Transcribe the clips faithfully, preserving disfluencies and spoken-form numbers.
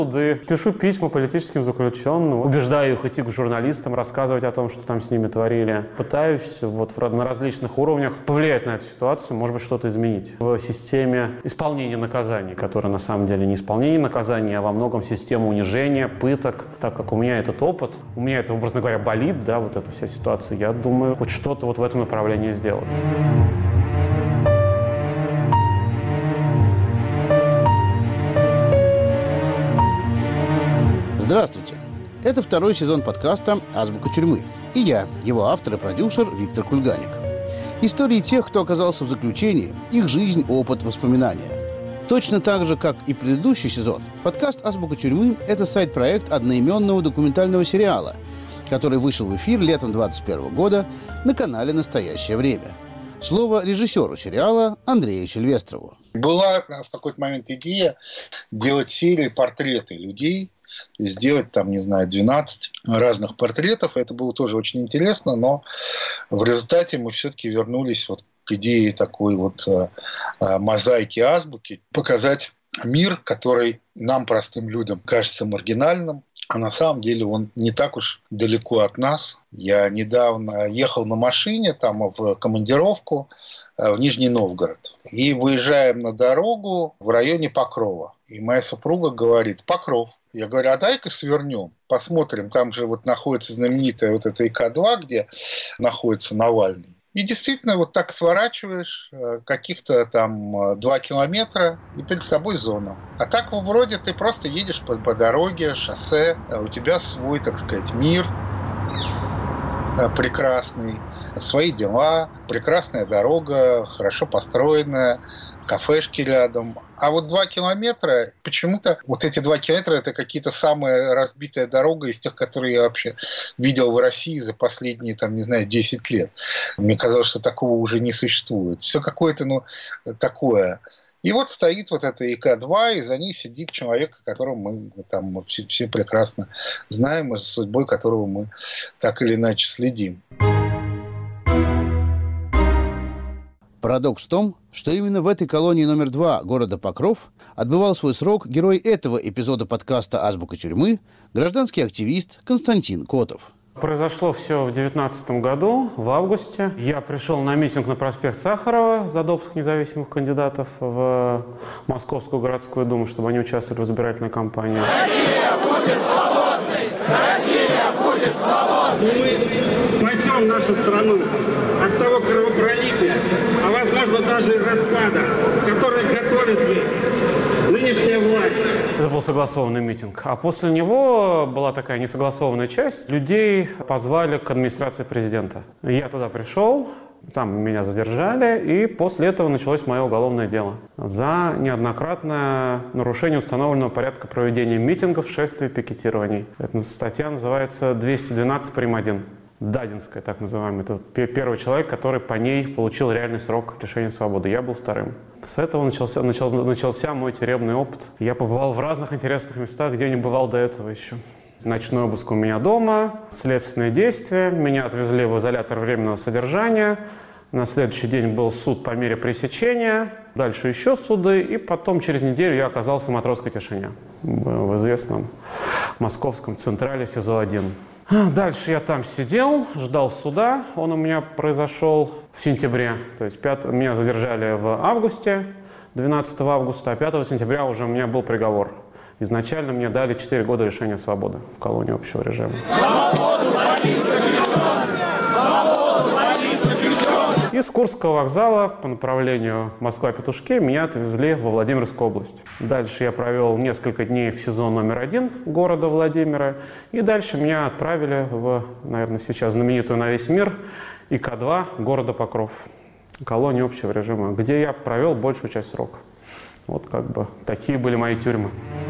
суды, пишу письма политическим заключенным, убеждаю их идти к журналистам, рассказывать о том, что там с ними творили. Пытаюсь вот на различных уровнях повлиять на эту ситуацию, может быть, что-то изменить в системе исполнения наказаний, которая на самом деле не исполнение наказаний, а во многом система унижения, пыток. Так как у меня этот опыт, у меня это, образно говоря, болит, да, вот эта вся ситуация, я думаю, хоть что-то вот в этом направлении сделать. Здравствуйте! Это второй сезон подкаста «Азбука тюрьмы». И я, его автор и продюсер Виктор Кульганик. Истории тех, кто оказался в заключении, их жизнь, опыт, воспоминания. Точно так же, как и предыдущий сезон, подкаст «Азбука тюрьмы» — это сайт-проект одноименного документального сериала, который вышел в эфир летом двадцать первого года на канале «Настоящее время». Слово режиссеру сериала Андрею Сильвестрову. Была в какой-то момент идея делать серии портреты людей, сделать там, не знаю, двенадцать разных портретов. Это было тоже очень интересно, но в результате мы все-таки вернулись вот к идее такой вот э, мозаики азбуки, показать мир, который нам, простым людям, кажется маргинальным, а на самом деле он не так уж далеко от нас. Я недавно ехал на машине там в командировку в Нижний Новгород. И выезжаем на дорогу в районе Покрова. И моя супруга говорит: Покров. Я говорю: а дай-ка свернем, посмотрим. Там же вот находится знаменитая вот эта И К два, где находится Навальный. И действительно, вот так сворачиваешь каких-то там два километра, и перед тобой зона. А так вроде ты просто едешь по, по дороге, шоссе, у тебя свой, так сказать, мир прекрасный, свои дела, прекрасная дорога, хорошо построенная, кафешки рядом. А вот два километра, почему-то вот эти два километра — это какие-то самая разбитая дорога из тех, которые я вообще видел в России за последние, там, не знаю, десять лет. Мне казалось, что такого уже не существует. Все какое-то, ну, такое. И вот стоит вот эта И К два, и за ней сидит человек, которого мы там все, все прекрасно знаем, и за судьбой которого мы так или иначе следим. Парадокс в том, что именно в этой колонии номер два города Покров отбывал свой срок герой этого эпизода подкаста «Азбука тюрьмы» гражданский активист Константин Котов. Произошло все в девятнадцатом году, в августе. Я пришел на митинг на проспект Сахарова за допуск независимых кандидатов в Московскую городскую думу, чтобы они участвовали в избирательной кампании. Россия будет свободной! Россия будет свободной! Мы спасем нашу страну от того кровопролития, а возможно даже и распада, который готовит ей нынешняя власть. Это был согласованный митинг. А после него была такая несогласованная часть. Людей позвали к администрации президента. Я туда пришел, там меня задержали, и после этого началось мое уголовное дело за неоднократное нарушение установленного порядка проведения митингов, шествий, пикетирований. Эта статья называется двести двенадцать прим. один. Дадинская, так называемая. Это первый человек, который по ней получил реальный срок лишения свободы. Я был вторым. С этого начался, начал, начался мой тюремный опыт. Я побывал в разных интересных местах, где не бывал до этого еще. Ночной обыск у меня дома, следственные действия. Меня отвезли в изолятор временного содержания. На следующий день был суд по мере пресечения. Дальше еще суды. И потом через неделю я оказался в Матросской тишине. В известном московском централе СИЗО один. Дальше я там сидел, ждал суда. Он у меня произошел в сентябре. То есть пят... меня задержали в августе, двенадцатого августа, а пятого сентября уже у меня был приговор. Изначально мне дали четыре года лишения свободы в колонии общего режима. Свободу ловить заключенных! Свободу ловить заключенных! Из Курского вокзала по направлению Москва-Петушки меня отвезли во Владимирскую область. Дальше я провел несколько дней в СИЗО номер один города Владимира. И дальше меня отправили в, наверное, сейчас знаменитую на весь мир И К два города Покров, колонию общего режима, где я провел большую часть срока. Вот как бы такие были мои тюрьмы.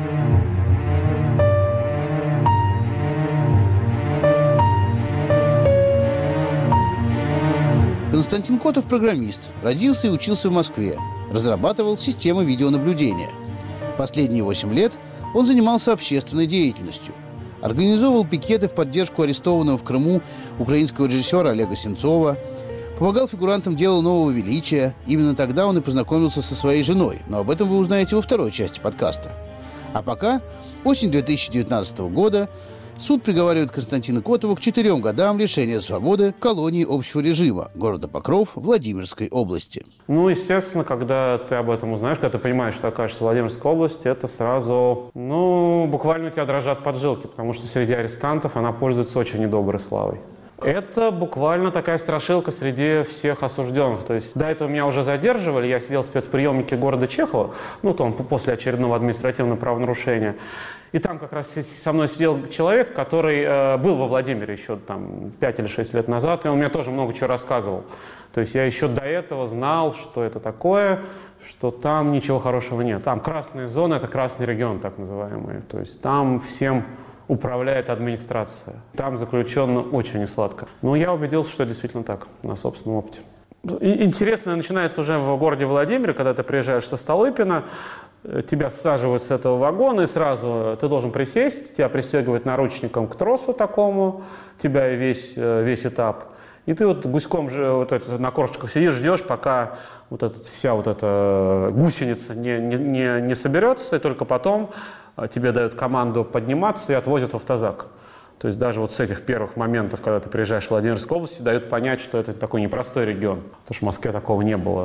Константин Котов – программист, родился и учился в Москве, разрабатывал системы видеонаблюдения. Последние восемь лет он занимался общественной деятельностью. Организовывал пикеты в поддержку арестованного в Крыму украинского режиссера Олега Сенцова, помогал фигурантам дела «Нового величия». Именно тогда он и познакомился со своей женой, но об этом вы узнаете во второй части подкаста. А пока осень две тысячи девятнадцатого года суд приговаривает Константина Котова к четырем годам лишения свободы колонии общего режима города Покров Владимирской области. Ну, естественно, когда ты об этом узнаешь, когда ты понимаешь, что окажешься в Владимирской области, это сразу, ну, буквально у тебя дрожат поджилки, потому что среди арестантов она пользуется очень недоброй славой. Это буквально такая страшилка среди всех осужденных. То есть до этого меня уже задерживали, я сидел в спецприемнике города Чехова, ну, там, после очередного административного правонарушения. И там как раз со мной сидел человек, который э, был во Владимире еще там пять или шесть лет назад, и он мне тоже много чего рассказывал. То есть я еще до этого знал, что это такое, что там ничего хорошего нет. Там красные зоны, это красный регион так называемый. То есть там всем управляет администрация. Там заключенным очень несладко. Но я убедился, что это действительно так, на собственном опыте. Интересное начинается уже в городе Владимире, когда ты приезжаешь со Столыпина, тебя саживают с этого вагона, и сразу ты должен присесть, тебя пристегивают наручником к тросу такому, тебя и весь, весь этап. И ты вот гуськом же вот это, на корточках сидишь, ждешь, пока вот эта, вся вот эта гусеница не, не, не, не соберется, и только потом тебе дают команду подниматься и отвозят в автозак. То есть даже вот с этих первых моментов, когда ты приезжаешь в Владимирскую область, дают понять, что это такой непростой регион. Потому что в Москве такого не было,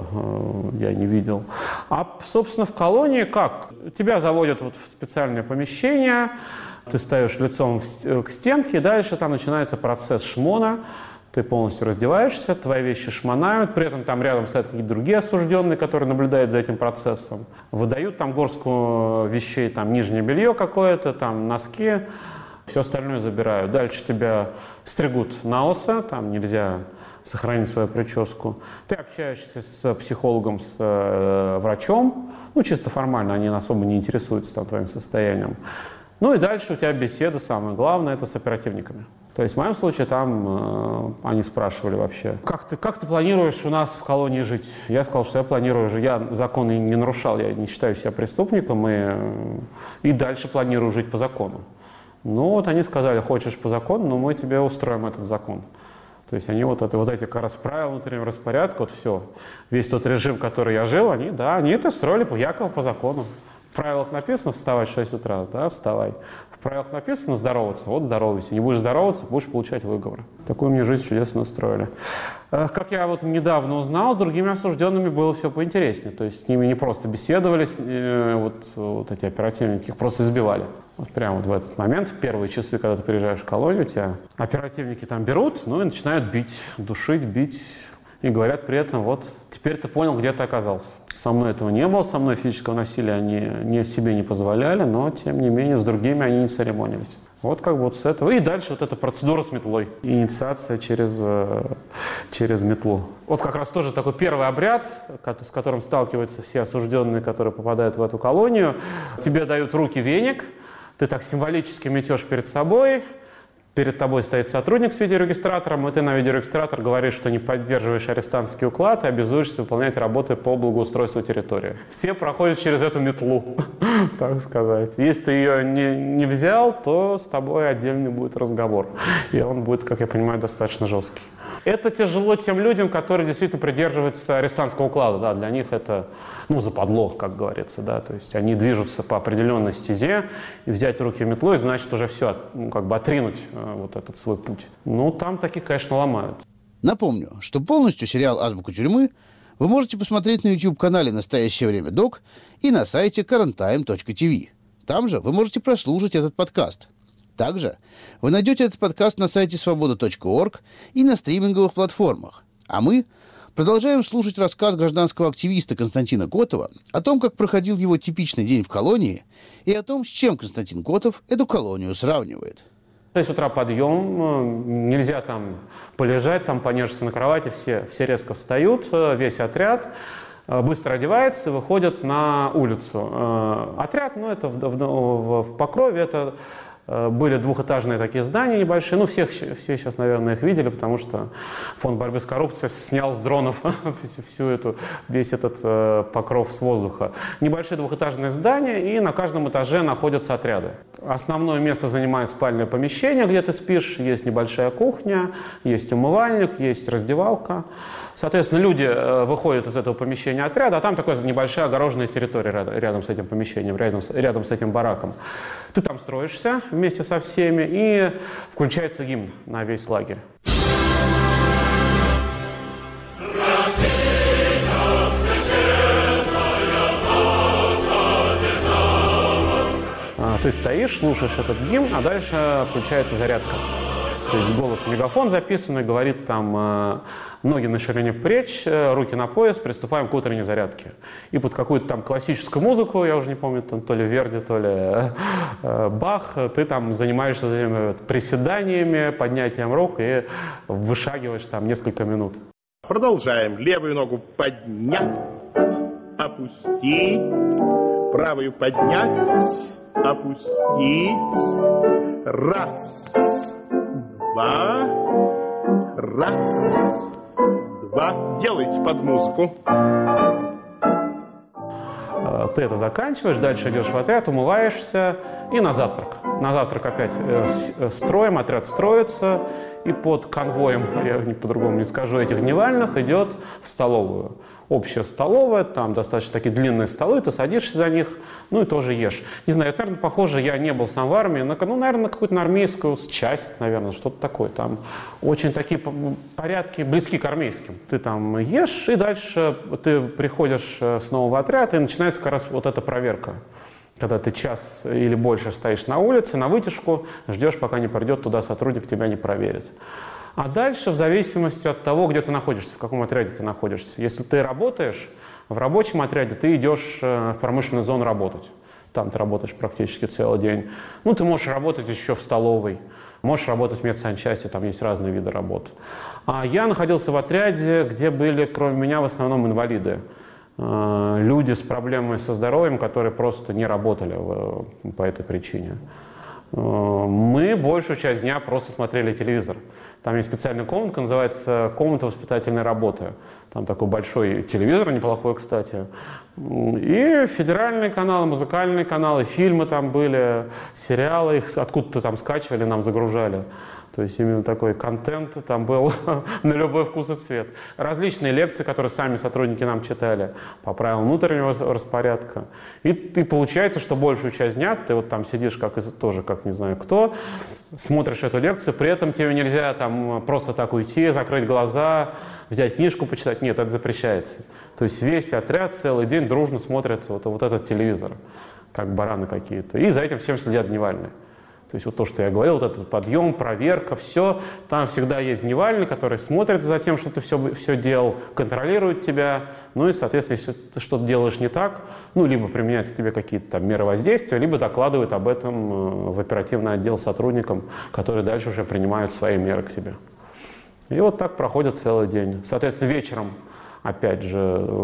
я не видел. А, собственно, в колонии как? Тебя заводят вот в специальное помещение, ты стоишь лицом к стенке, и дальше там начинается процесс шмона. Ты полностью раздеваешься, твои вещи шмонают, при этом там рядом стоят какие-то другие осужденные, которые наблюдают за этим процессом. Выдают там горстку вещей, там нижнее белье какое-то, там носки, все остальное забирают. Дальше тебя стригут на лысо, там нельзя сохранить свою прическу. Ты общаешься с психологом, с э, врачом, ну чисто формально, они особо не интересуются там твоим состоянием. Ну и дальше у тебя беседа, самое главное, это с оперативниками. То есть в моем случае там э, они спрашивали вообще, как ты, как ты планируешь у нас в колонии жить? Я сказал, что я планирую жить, я законы не нарушал, я не считаю себя преступником, и, и дальше планирую жить по закону. Ну вот они сказали, хочешь по закону, но мы тебе устроим этот закон. То есть они вот, это, вот эти как раз правила внутреннего распорядка, вот все, весь тот режим, который я жил, они, да, они это строили по, якобы по закону. В правилах написано вставать в шесть утра, да, вставай. В правилах написано здороваться, вот здоровайся. Не будешь здороваться, будешь получать выговоры. Такую мне жизнь чудесно устроили. Как я вот недавно узнал, с другими осужденными было все поинтереснее. То есть с ними не просто беседовали, вот, вот эти оперативники, их просто избивали. Вот прямо вот в этот момент, в первые часы, когда ты приезжаешь в колонию, тебя оперативники там берут, ну и начинают бить, душить, бить. И говорят при этом, вот, теперь ты понял, где ты оказался. Со мной этого не было, со мной физического насилия они не, себе не позволяли, но, тем не менее, с другими они не церемонились. Вот как бы вот с этого. И дальше вот эта процедура с метлой. Инициация через, через метлу. Вот как раз тоже такой первый обряд, с которым сталкиваются все осужденные, которые попадают в эту колонию. Тебе дают в руки веник, ты так символически метешь перед собой. Перед тобой стоит сотрудник с видеорегистратором, и ты на видеорегистратор говоришь, что не поддерживаешь арестантский уклад и обязуешься выполнять работы по благоустройству территории. Все проходят через эту метлу, так сказать. Если ты ее не, не взял, то с тобой отдельный будет разговор. И он будет, как я понимаю, достаточно жесткий. Это тяжело тем людям, которые действительно придерживаются арестантского уклада. Да, для них это, ну, западло, как говорится. Да, то есть они движутся по определенной стезе, и взять в руки метлу, и значит уже все, ну, как бы отринуть вот этот свой путь. Ну, там таких, конечно, ломают. Напомню, что полностью сериал «Азбука тюрьмы» вы можете посмотреть на YouTube-канале «Настоящее время док» и на сайте current time точка ти ви. Там же вы можете прослушать этот подкаст. Также вы найдете этот подкаст на сайте свобода точка орг и на стриминговых платформах. А мы продолжаем слушать рассказ гражданского активиста Константина Котова о том, как проходил его типичный день в колонии, и о том, с чем Константин Котов эту колонию сравнивает. То есть с утра подъем, нельзя там полежать, там понежиться на кровати, все, все резко встают, весь отряд быстро одевается и выходят на улицу. Отряд, ну это в, в, в Покрове, это Были двухэтажные такие здания небольшие. Ну, всех, все сейчас, наверное, их видели, потому что Фонд борьбы с коррупцией снял с дронов всю эту, весь этот э, покров с воздуха. Небольшие двухэтажные здания, и на каждом этаже находятся отряды. Основное место занимает спальное помещение, где ты спишь. Есть небольшая кухня, есть умывальник, есть раздевалка. Соответственно, люди э, выходят из этого помещения отряда, а там такая небольшая огороженная территория рядом, рядом с этим помещением, рядом с, рядом с этим бараком. Ты там строишься вместе со всеми, и включается гимн на весь лагерь. Ты стоишь, слушаешь этот гимн, а дальше включается зарядка. То есть голос в мегафон записанный, говорит там ноги на ширине плеч, руки на пояс, приступаем к утренней зарядке. И под какую-то там классическую музыку, я уже не помню, там, то ли Верди, то ли э, Бах, ты там занимаешься вот, приседаниями, поднятием рук и вышагиваешь там несколько минут. Продолжаем. Левую ногу поднять, опустить, правую поднять, опустить. Раз, два, раз, два. Делайте под музыку. Ты это заканчиваешь, дальше идешь в отряд, умываешься и на завтрак. На завтрак опять э, строим, отряд строится, и под конвоем, я по-другому не скажу, этих дневальных идет в столовую. Общая столовая, там достаточно такие длинные столы, ты садишься за них, ну и тоже ешь. Не знаю, это, наверное, похоже, я не был сам в армии, но, ну, наверное, на какую-то на армейскую часть, наверное, что-то такое. Там очень такие порядки близки к армейским. Ты там ешь, и дальше ты приходишь снова в отряд, и начинается как раз вот эта проверка. Когда ты час или больше стоишь на улице, на вытяжку, ждешь, пока не придет туда сотрудник, тебя не проверит. А дальше, в зависимости от того, где ты находишься, в каком отряде ты находишься. Если ты работаешь в рабочем отряде, ты идешь в промышленную зону работать. Там ты работаешь практически целый день. Ну, ты можешь работать еще в столовой, можешь работать в медсанчасти, там есть разные виды работ. А я находился в отряде, где были, кроме меня, в основном инвалиды. Люди с проблемами со здоровьем, которые просто не работали по этой причине. Мы большую часть дня просто смотрели телевизор. Там есть специальная комната, называется «Комната воспитательной работы». Там такой большой телевизор, неплохой, кстати. И федеральные каналы, музыкальные каналы, фильмы там были, сериалы, их откуда-то там скачивали, нам загружали. То есть именно такой контент там был на любой вкус и цвет. Различные лекции, которые сами сотрудники нам читали по правилам внутреннего распорядка. И, и получается, что большую часть дня ты вот там сидишь как, тоже как не знаю кто, смотришь эту лекцию, при этом тебе нельзя там просто так уйти, закрыть глаза, взять книжку почитать. Нет, это запрещается. То есть весь отряд целый день дружно смотрит вот, вот этот телевизор, как бараны какие-то. И за этим всем следят дневальные. То есть вот то, что я говорил, вот этот подъем, проверка, все. Там всегда есть дневальный, который смотрит за тем, что ты все, все делал, контролирует тебя. Ну и, соответственно, если ты что-то делаешь не так, ну, либо применяет к тебе какие-то там меры воздействия, либо докладывает об этом в оперативный отдел сотрудникам, которые дальше уже принимают свои меры к тебе. И вот так проходит целый день. Соответственно, вечером опять же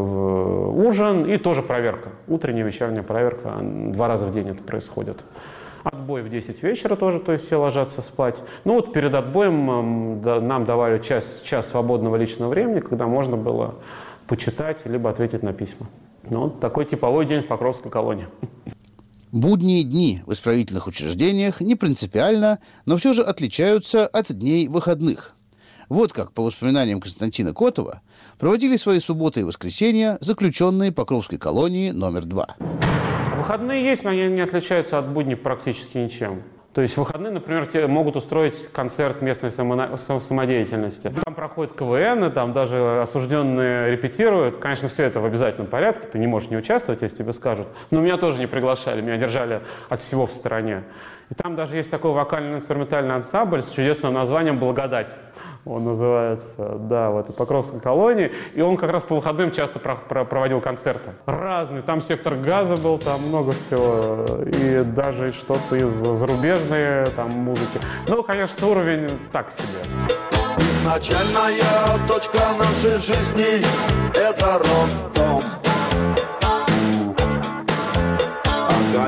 ужин и тоже проверка. Утренняя, вечерняя проверка. Два раза в день это происходит. Отбой в десять вечера тоже, то есть все ложатся спать. Ну вот перед отбоем нам давали час, час свободного личного времени, когда можно было почитать, либо ответить на письма. Ну, вот такой типовой день в Покровской колонии. Будние дни в исправительных учреждениях не принципиально, но все же отличаются от дней выходных. Вот как, по воспоминаниям Константина Котова, проводили свои субботы и воскресенья заключенные Покровской колонии номер два. Выходные есть, но они не отличаются от будней практически ничем. То есть в выходные, например, тебе могут устроить концерт местной самодеятельности. Там проходит КВН, там даже осужденные репетируют. Конечно, все это в обязательном порядке, ты не можешь не участвовать, если тебе скажут. Но меня тоже не приглашали, меня держали от всего в стороне. И там даже есть такой вокально-инструментальный ансамбль с чудесным названием «Благодать». Он называется, да, в этой Покровской колонии. И он как раз по выходным часто про про проводил концерты. Разные. Там «Сектор газа» был, там много всего. И даже что-то из зарубежной там музыки. Ну, конечно, уровень так себе. Изначальная точка нашей жизни – это роддом.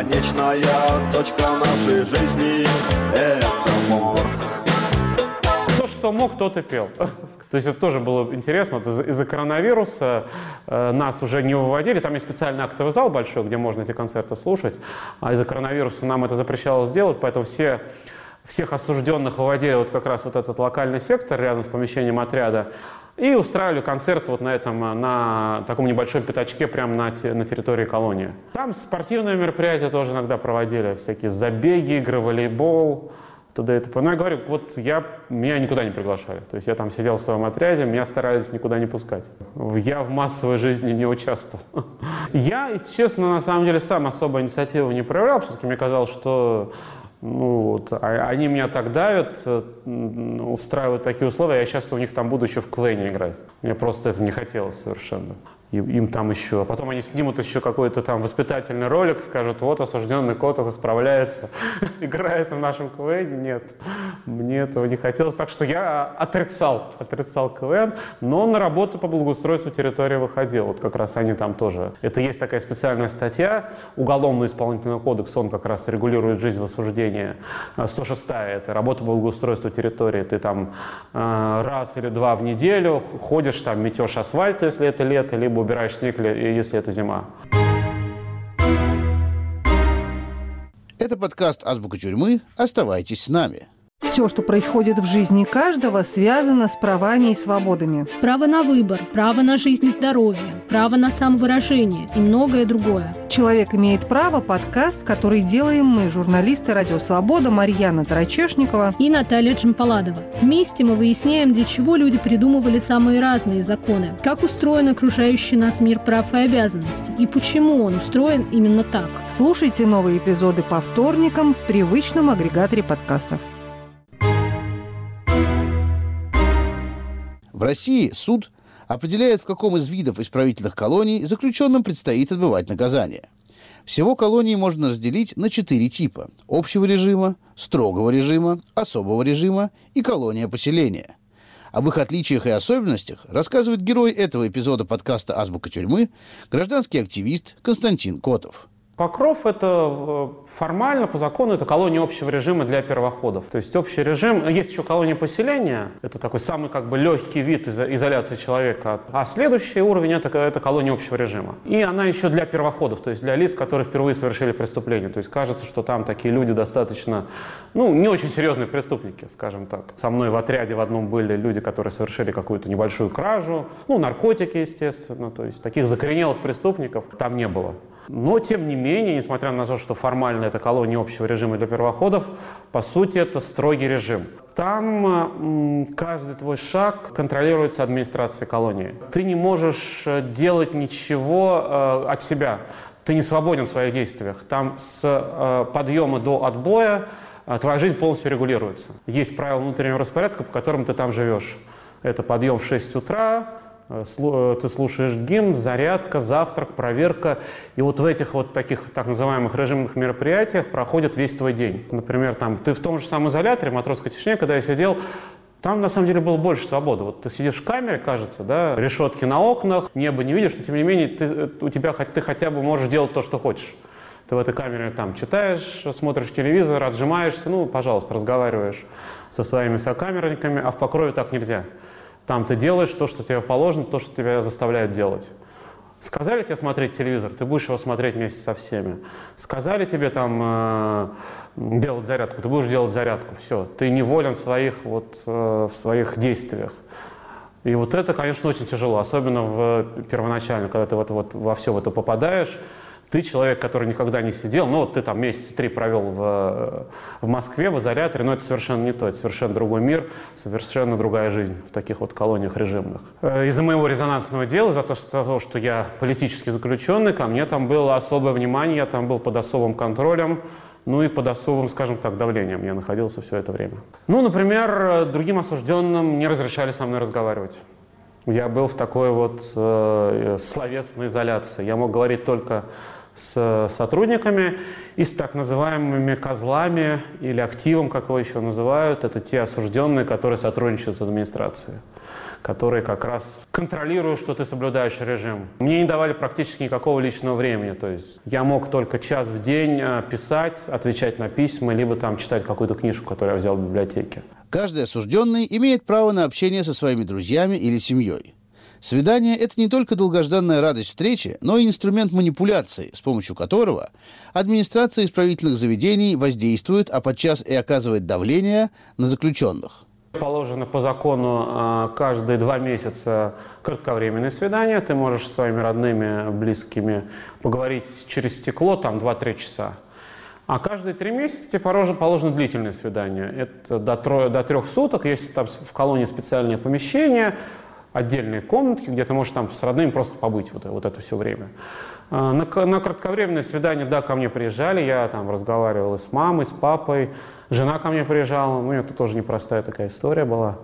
конечная точка нашей жизни — это морг. То, что мог, тот и пел. То есть это тоже было интересно. Вот из- из-за коронавируса э, нас уже не выводили. Там есть специальный актовый зал большой, где можно эти концерты слушать. А из-за коронавируса нам это запрещалось делать, поэтому все, всех осужденных выводили вот как раз вот этот локальный сектор рядом с помещением отряда и устраивали концерт вот на этом, на таком небольшом пятачке прямо на, те- на территории колонии. Там спортивные мероприятия тоже иногда проводили, всякие забеги, игры в волейбол. Туда это. Но я говорю, вот я, меня никуда не приглашали. То есть я там сидел в своем отряде, меня старались никуда не пускать. Я в массовой жизни не участвовал. Я, честно, на самом деле сам особо инициативу не проявлял. Все-таки мне казалось, что ну, вот, а- они меня так давят, э, м, устраивают такие условия, я сейчас у них там буду еще в Квене играть. Мне просто это не хотелось совершенно. И им там еще, а потом они снимут еще какой-то там воспитательный ролик, скажут, вот осужденный Котов исправляется, играет в нашем КВН. Нет, мне этого не хотелось. Так что я отрицал, отрицал КВН, но на работу по благоустройству территории выходил. Вот как раз они там тоже. Это есть такая специальная статья, Уголовно-исполнительный кодекс, он как раз регулирует жизнь в осуждении. сто шестая, это работа по благоустройству территории. Ты там э, раз или два в неделю ходишь, там метешь асфальт, если это лето, либо убираешь снег, если это зима. Это подкаст «Азбука тюрьмы». Оставайтесь с нами. Все, что происходит в жизни каждого, связано с правами и свободами. Право на выбор, право на жизнь и здоровье, право на самовыражение и многое другое. «Человек имеет право» – подкаст, который делаем мы, журналисты «Радио Свобода» Марьяна Тарачешникова И Наталья Джампаладова. Вместе мы выясняем, для чего люди придумывали самые разные законы, как устроен окружающий нас мир прав и обязанностей, и почему он устроен именно так. Слушайте новые эпизоды по вторникам в привычном агрегаторе подкастов. В России суд определяет, в каком из видов исправительных колоний заключенным предстоит отбывать наказание. Всего колонии можно разделить на четыре типа – общего режима, строгого режима, особого режима и колония поселения. Об их отличиях и особенностях рассказывает герой этого эпизода подкаста «Азбука тюрьмы» гражданский активист Константин Котов. Покров – это формально, по закону, это колония общего режима для первоходов. То есть общий режим, есть еще колония поселения, это такой самый как бы легкий вид изо- изоляции человека. А следующий уровень – это, это колония общего режима. И она еще для первоходов, то есть для лиц, которые впервые совершили преступление. То есть кажется, что там такие люди достаточно, ну, не очень серьезные преступники, скажем так. Со мной в отряде в одном были люди, которые совершили какую-то небольшую кражу, ну, наркотики, естественно, то есть таких закоренелых преступников там не было. Но, тем не менее, несмотря на то, что формально это колония общего режима для первоходов, по сути, это строгий режим. Там м, каждый твой шаг контролируется администрацией колонии. Ты не можешь делать ничего э, от себя. Ты не свободен в своих действиях. Там с э, подъема до отбоя э, твоя жизнь полностью регулируется. Есть правила внутреннего распорядка, по которым ты там живешь. Это подъем в шесть утра, ты слушаешь гимн, зарядка, завтрак, проверка. И вот в этих вот таких так называемых режимных мероприятиях проходит весь твой день. Например, там, ты в том же самом изоляторе, в матросской тишине, когда я сидел, там на самом деле было больше свободы. Вот ты сидишь в камере, кажется, да, решетки на окнах, небо не видишь, но тем не менее ты, у тебя, ты хотя бы можешь делать то, что хочешь. Ты в этой камере там читаешь, смотришь телевизор, отжимаешься, ну, пожалуйста, разговариваешь со своими сокамерниками, а в Покрове так нельзя. Там ты делаешь то, что тебе положено, то, что тебя заставляют делать. Сказали тебе смотреть телевизор, ты будешь его смотреть вместе со всеми. Сказали тебе там э, делать зарядку, ты будешь делать зарядку. Все, ты неволен в своих, вот, э, в своих действиях. И вот это, конечно, очень тяжело, особенно в первоначально, когда ты вот, вот, во все в это попадаешь. Ты человек, который никогда не сидел, ну вот ты там месяца три провел в, в Москве, в изоляторе, но это совершенно не то, это совершенно другой мир, совершенно другая жизнь в таких вот колониях режимных. Из-за моего резонансного дела, из-за того, что я политически заключенный, ко мне там было особое внимание, я там был под особым контролем, ну и под особым, скажем так, давлением я находился все это время. Ну, например, другим осужденным не разрешали со мной разговаривать. Я был в такой вот э, словесной изоляции. Я мог говорить только с сотрудниками и с так называемыми козлами или активом, как его еще называют. Это те осужденные, которые сотрудничают с администрацией, которые как раз контролируют, что ты соблюдаешь режим. Мне не давали практически никакого личного времени. То есть я мог только час в день писать, отвечать на письма, либо там читать какую-то книжку, которую я взял в библиотеке. Каждый осужденный имеет право на общение со своими друзьями или семьей. Свидание – это не только долгожданная радость встречи, но и инструмент манипуляции, с помощью которого администрация исправительных заведений воздействует, а подчас и оказывает давление на заключенных. Положено по закону каждые два месяца кратковременные свидания. Ты можешь со своими родными, близкими поговорить через стекло, там два-три часа. А каждые три месяца тебе положено, положено длительное свидание. Это до, тро, до трех суток. Есть там в колонии специальное помещение, отдельные комнатки, где ты можешь там с родными просто побыть вот, вот это все время. На, на кратковременное свидание, да, ко мне приезжали, я там разговаривал и с мамой, с папой, жена ко мне приезжала, ну, это тоже непростая такая история была.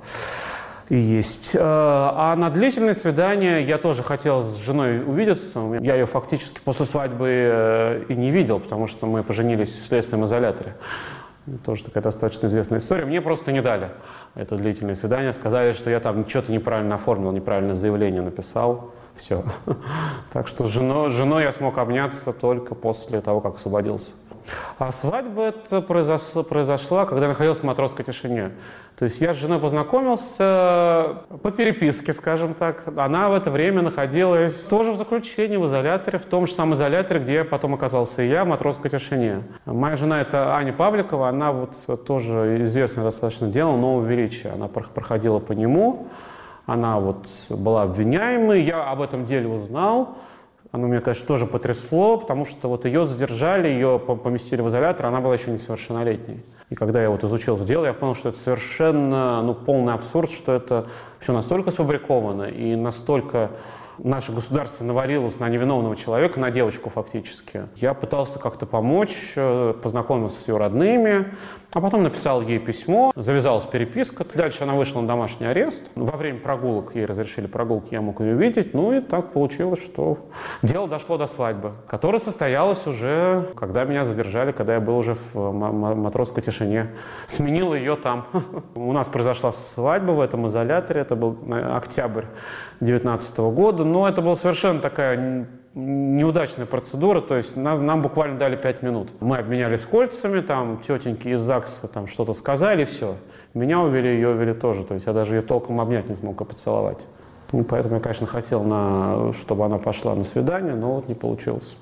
И есть. А на длительное свидание я тоже хотел с женой увидеться. Я ее фактически после свадьбы и не видел, потому что мы поженились в следственном изоляторе. Тоже такая достаточно известная история. Мне просто не дали это длительное свидание. Сказали, что я там что-то неправильно оформил, неправильное заявление написал. Все. Так что с женой, с женой я смог обняться только после того, как освободился. А свадьба это произошла, произошла, когда я находился в матросской тишине. То есть я с женой познакомился по переписке, скажем так. Она в это время находилась тоже в заключении, в изоляторе, в том же самом изоляторе, где потом оказался и я, в матросской тишине. Моя жена — это Аня Павликова, она вот тоже известное достаточно дело «Нового величия». Она проходила по нему, она вот была обвиняемой, я об этом деле узнал. Оно меня, конечно, тоже потрясло, потому что вот ее задержали, ее поместили в изолятор, она была еще несовершеннолетней. И когда я вот изучил это дело, я понял, что это совершенно ну, полный абсурд, что это все настолько сфабриковано и настолько наше государство навалилось на невиновного человека, на девочку фактически. Я пытался как-то помочь, познакомился с ее родными, а потом написал ей письмо, завязалась переписка. Дальше она вышла на домашний арест. Во время прогулок, ей разрешили прогулки, я мог ее видеть. Ну и так получилось, что дело дошло до свадьбы, которая состоялась уже, когда меня задержали, когда я был уже в матросской тишине. Сменил ее там. У нас произошла свадьба в этом изоляторе, это был октябрь две тысячи девятнадцатого года. Но это была совершенно такая неудачная процедура, то есть нас, нам буквально дали пять минут. Мы обменялись кольцами, там тетеньки из ЗАГСа там что-то сказали, и все. Меня увели, ее увели тоже, то есть я даже ее толком обнять не смог и поцеловать. И поэтому я, конечно, хотел, на, чтобы она пошла на свидание, но вот не получилось.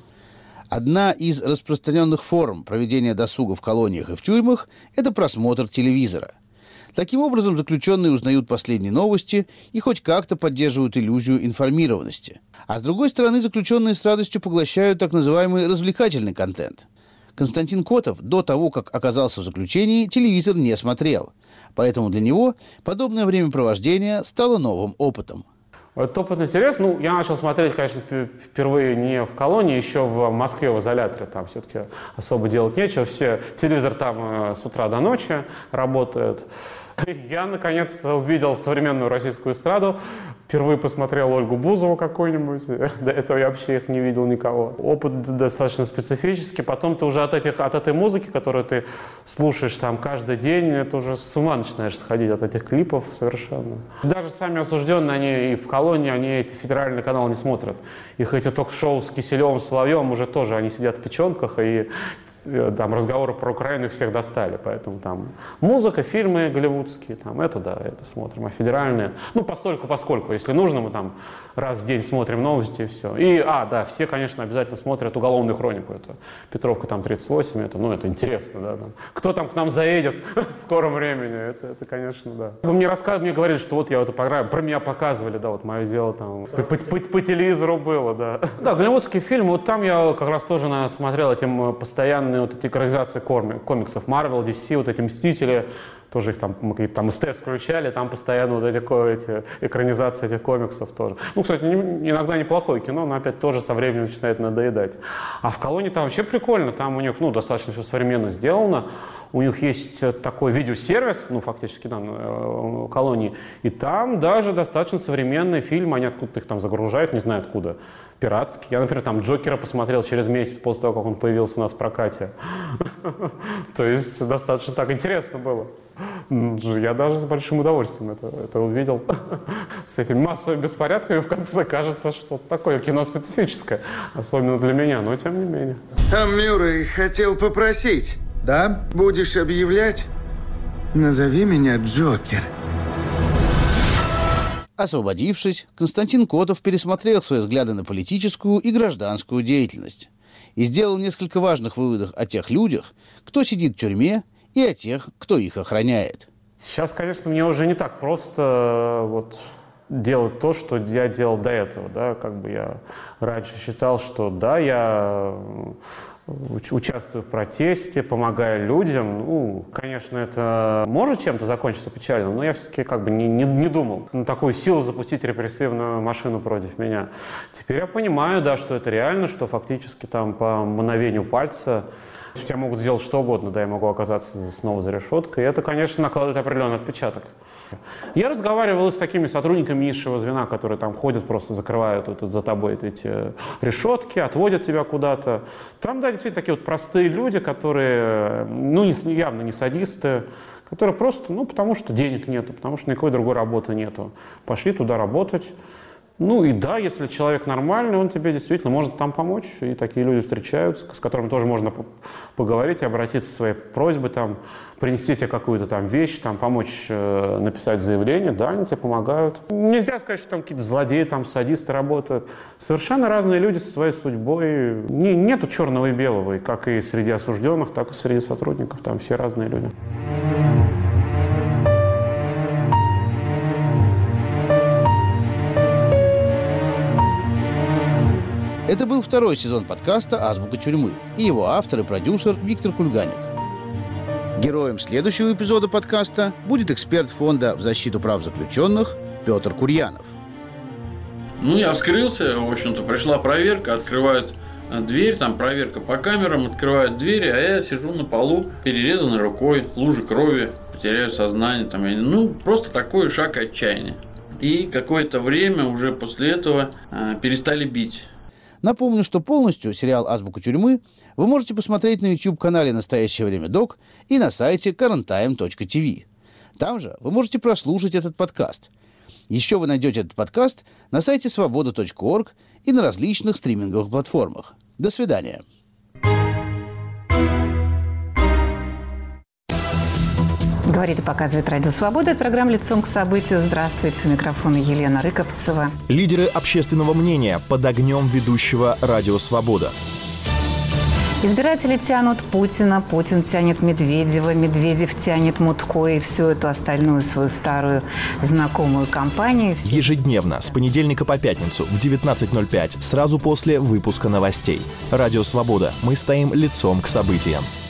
Одна из распространенных форм проведения досуга в колониях и в тюрьмах – это просмотр телевизора. Таким образом, заключенные узнают последние новости и хоть как-то поддерживают иллюзию информированности. А с другой стороны, заключенные с радостью поглощают так называемый развлекательный контент. Константин Котов до того, как оказался в заключении, телевизор не смотрел. Поэтому для него подобное времяпровождение стало новым опытом. Этот опыт интересный. Ну, я начал смотреть, конечно, впервые не в колонии, еще в Москве в изоляторе. Там все-таки особо делать нечего. Все, телевизор там с утра до ночи работает. Я, наконец, увидел современную российскую эстраду. Впервые посмотрел Ольгу Бузову какую-нибудь. До этого я вообще их не видел никого. Опыт достаточно специфический. Потом ты уже от, этих, от этой музыки, которую ты слушаешь там каждый день, это уже с ума начинаешь сходить от этих клипов совершенно. Даже сами осужденные, они и в колонии, они эти федеральные каналы не смотрят. Их эти ток-шоу с Киселевым, Соловьевым уже тоже, они сидят в печенках, и там разговоры про Украину их всех достали. Поэтому там музыка, фильмы голливудские, там это да, это смотрим. А федеральные, ну, постольку, поскольку. Если нужно, мы там раз в день смотрим новости и все. И, а, да, все, конечно, обязательно смотрят уголовную хронику. Это Петровка там тридцать восемь, это, ну, это интересно, да. Там. Кто там к нам заедет в скором времени, это, это конечно, да. Мне рассказывали, мне говорили, что вот я в эту программу, про меня показывали, да, вот мое дело там, по, по, по, по телевизору было, да. Да, голливудский фильм, вот там я как раз тоже смотрел этим постоянные вот эти экранизации комиксов, Marvel, ди си, вот эти Мстители. тоже их там, мы какие-то там СТС включали, там постоянно вот эти, эти экранизации этих комиксов тоже. Ну, кстати, не, иногда неплохое кино, но опять тоже со временем начинает надоедать. А в «Колонии» там вообще прикольно, там у них, ну, достаточно все современно сделано. У них есть такой видеосервис, ну, фактически, там, в «Колонии», и там даже достаточно современные фильмы, они откуда-то их там загружают, не знаю откуда, пиратские. Я, например, там «Джокера» посмотрел через месяц после того, как он появился у нас в прокате. То есть достаточно так интересно было. Я даже с большим удовольствием это, это увидел. С этими массовыми беспорядками в конце кажется, что такое кино специфическое. Особенно для меня, но тем не менее. А Мюррей хотел попросить. Да? Будешь объявлять? Назови меня Джокер. Освободившись, Константин Котов пересмотрел свои взгляды на политическую и гражданскую деятельность и сделал несколько важных выводов о тех людях, кто сидит в тюрьме, и о тех, кто их охраняет. Сейчас, конечно, мне уже не так просто вот делать то, что я делал до этого. Да? Как бы я раньше считал, что да, я участвую в протесте, помогаю людям. Ну, конечно, это может чем-то закончиться печально, но я все-таки как бы не, не, не думал на такую силу запустить репрессивную машину против меня. Теперь я понимаю, да, что это реально, что фактически там по мгновению пальца тебя могут сделать что угодно, да, я могу оказаться снова за решеткой. И это, конечно, накладывает определенный отпечаток. Я разговаривал с такими сотрудниками низшего звена, которые там ходят, просто закрывают вот, за тобой эти решетки, отводят тебя куда-то. Там, да, действительно, такие вот простые люди, которые, ну, не, явно не садисты, которые просто, ну, потому что денег нету, потому что никакой другой работы нету. Пошли туда работать. Ну и да, если человек нормальный, он тебе действительно может там помочь. И такие люди встречаются, с которыми тоже можно поговорить и обратиться со своей просьбой, там, принести тебе какую-то там вещь, там, помочь э, написать заявление. Да, они тебе помогают. Нельзя сказать, что там какие-то злодеи, там, садисты работают. Совершенно разные люди со своей судьбой. Не, нету черного и белого, и как и среди осужденных, так и среди сотрудников. Там все разные люди. Это был второй сезон подкаста «Азбука тюрьмы» и его автор и продюсер Виктор Кульганик. Героем следующего эпизода подкаста будет эксперт фонда в защиту прав заключенных Петр Курьянов. Ну, я вскрылся, в общем-то, пришла проверка, открывают дверь, там проверка по камерам, открывают двери, а я сижу на полу, перерезанной рукой, лужи крови, потеряю сознание, там, ну, просто такой шаг отчаяния. И какое-то время уже после этого э, перестали бить. Напомню, что полностью сериал «Азбука тюрьмы» вы можете посмотреть на YouTube-канале «Настоящее время док» и на сайте current time точка ти ви. Там же вы можете прослушать этот подкаст. Еще вы найдете этот подкаст на сайте свобода точка орг и на различных стриминговых платформах. До свидания. Говорит и показывает Радио Свобода. Это программа «Лицом к событию». Здравствуйте. У микрофона Елена Рыковцева. Лидеры общественного мнения под огнем ведущего Радио Свобода. Избиратели тянут Путина, Путин тянет Медведева, Медведев тянет Мутко и всю эту остальную свою старую знакомую компанию. Ежедневно, с понедельника по пятницу в девятнадцать ноль пять, сразу после выпуска новостей. Радио Свобода. Мы стоим лицом к событиям.